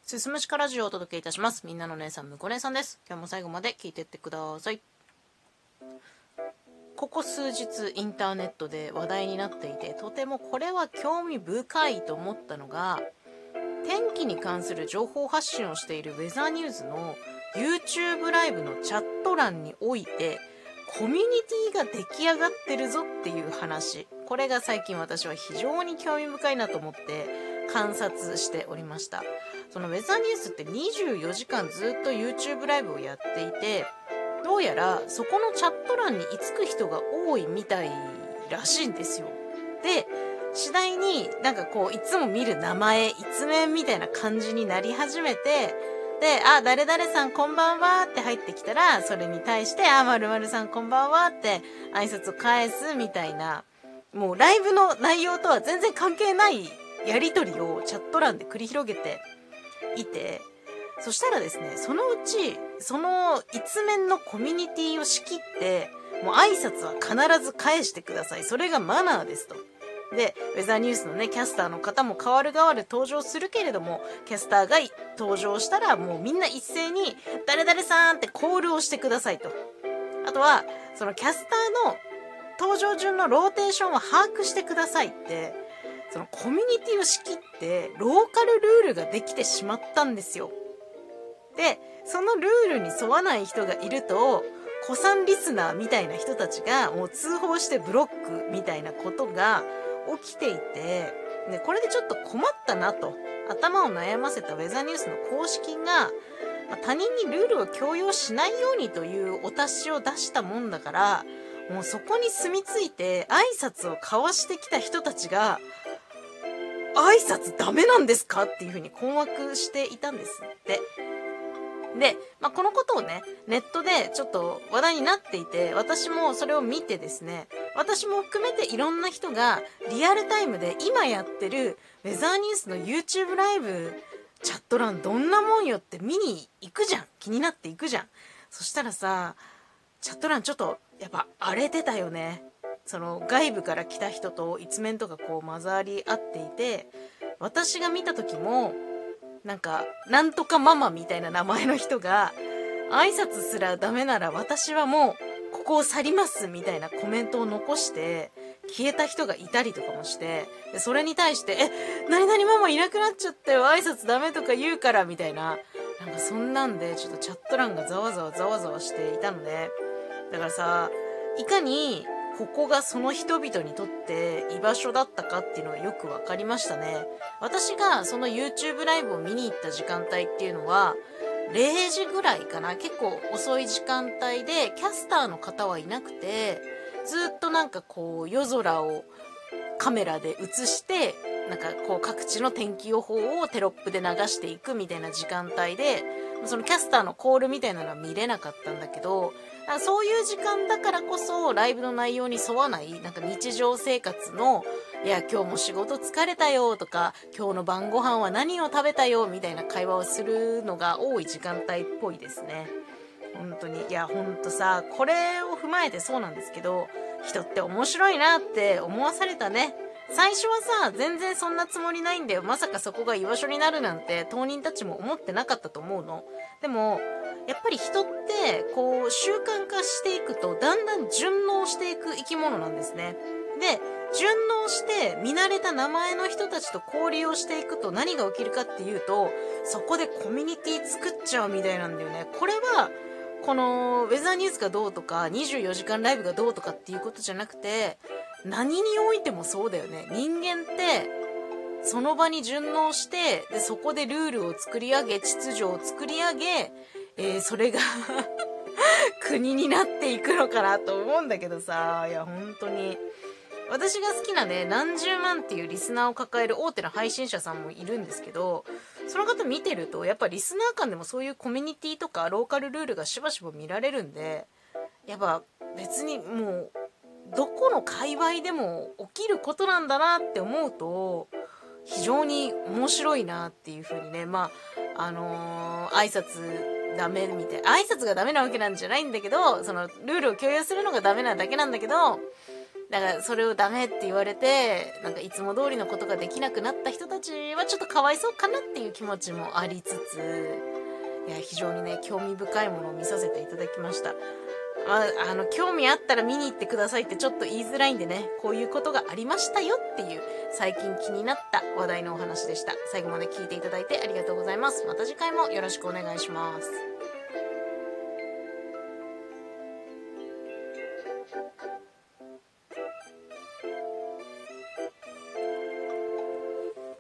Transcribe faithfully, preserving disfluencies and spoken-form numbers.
すすむしかラジオをお届けいたします。みんなの姉さん、むこ姉さんです。今日も最後まで聞いてってください。ここ数日インターネットで話題になっていて、とてもこれは興味深いと思ったのが、天気に関する情報発信をしているウェザーニューズの YouTube ライブのチャット欄において、コミュニティが出来上がってるぞっていう話。これが最近私は非常に興味深いなと思って観察しておりました。そのウェザーニュースってにじゅうよじかんずっと YouTube ライブをやっていて、どうやらそこのチャット欄に居つく人が多いみたいらしいんですよ。で、次第になんかこういつも見る名前、一面みたいな感じになり始めて、で、あ、誰々さんこんばんはって入ってきたら、それに対して、あ、〇〇さんこんばんはって挨拶を返すみたいな、もうライブの内容とは全然関係ないやりとりをチャット欄で繰り広げていて、そしたらですね、そのうち、その一面のコミュニティを仕切って、もう挨拶は必ず返してください。それがマナーですと。で、ウェザーニュースのね、キャスターの方も代わる代わる登場するけれども、キャスターが登場したらもうみんな一斉に、誰々さんってコールをしてくださいと。あとは、そのキャスターの登場順のローテーションを把握してくださいって、そのコミュニティを仕切って、ローカルルールができてしまったんですよ。で、そのルールに沿わない人がいると、古参リスナーみたいな人たちがもう通報してブロックみたいなことが起きていて、で、これでちょっと困ったなと頭を悩ませたウェザーニュースの公式が、他人にルールを強要しないようにというお達しを出したもんだから、もうそこに住み着いて挨拶を交わしてきた人たちが、挨拶ダメなんですかっていうふうに困惑していたんですって。で、まあ、このことをね、ネットでちょっと話題になっていて、私もそれを見てですね、私も含めていろんな人がリアルタイムで今やってるウェザーニュースの YouTube ライブチャット欄どんなもんよって見に行くじゃん。気になって行くじゃん。そしたらさ、チャット欄ちょっとやっぱ荒れてたよね。その外部から来た人と一面とかこう混ざり合っていて、私が見た時もなんかなんとかママみたいな名前の人が挨拶すらダメなら私はもうここを去りますみたいなコメントを残して消えた人がいたりとかもして、でそれに対してえ何々ママいなくなっちゃったよ挨拶ダメとか言うからみたいな、なんかそんなんでちょっとチャット欄がざわざわざわざわしていたので、だからさ、いかにここがその人々にとって居場所だったかっていうのがよくわかりましたね。私がその YouTube ライブを見に行った時間帯っていうのはれいじぐらいかな。結構遅い時間帯でキャスターの方はいなくて、ずっとなんかこう夜空をカメラで映してなんかこう各地の天気予報をテロップで流していくみたいな時間帯で、そのキャスターのコールみたいなのは見れなかったんだけど、そういう時間だからこそライブの内容に沿わないなんか日常生活の、いや今日も仕事疲れたよとか今日の晩ご飯は何を食べたよみたいな会話をするのが多い時間帯っぽいですね。本当に、いや本当さ、これを踏まえてそうなんですけど、人って面白いなって思わされたね。最初はさ、全然そんなつもりないんだよ。まさかそこが居場所になるなんて当人たちも思ってなかったと思うの。でもやっぱり人ってこう習慣化していくとだんだん順応していく生き物なんですね。で、順応して見慣れた名前の人たちと交流をしていくと何が起きるかっていうと、そこでコミュニティ作っちゃうみたいなんだよね。これはこのウェザーニュースがどうとかにじゅうよじかんライブがどうとかっていうことじゃなくて、何においてもそうだよね。人間ってその場に順応して、でそこでルールを作り上げ、秩序を作り上げ、えー、それが国になっていくのかなと思うんだけどさ、いや本当に私が好きなね、何十万っていうリスナーを抱える大手の配信者さんもいるんですけど、その方見てるとやっぱリスナー間でもそういうコミュニティとかローカルルールがしばしば見られるんで、やっぱ別にもうどこの界隈でも起きることなんだなって思うと非常に面白いなっていう風にね、まああのー、挨拶ダメみたいな、挨拶がダメなわけなんじゃないんだけど、そのルールを共有するのがダメなだけなんだけど、 だからそれをダメって言われて、なんかいつも通りのことができなくなった人たちはちょっとかわいそうかなっていう気持ちもありつつ、いや、非常にね、興味深いものを見させていただきました。まあ、あの、興味あったら見に行ってくださいってちょっと言いづらいんでね、こういうことがありましたよっていう、最近気になった話題のお話でした。最後まで聞いていただいてありがとうございます。また次回もよろしくお願いします。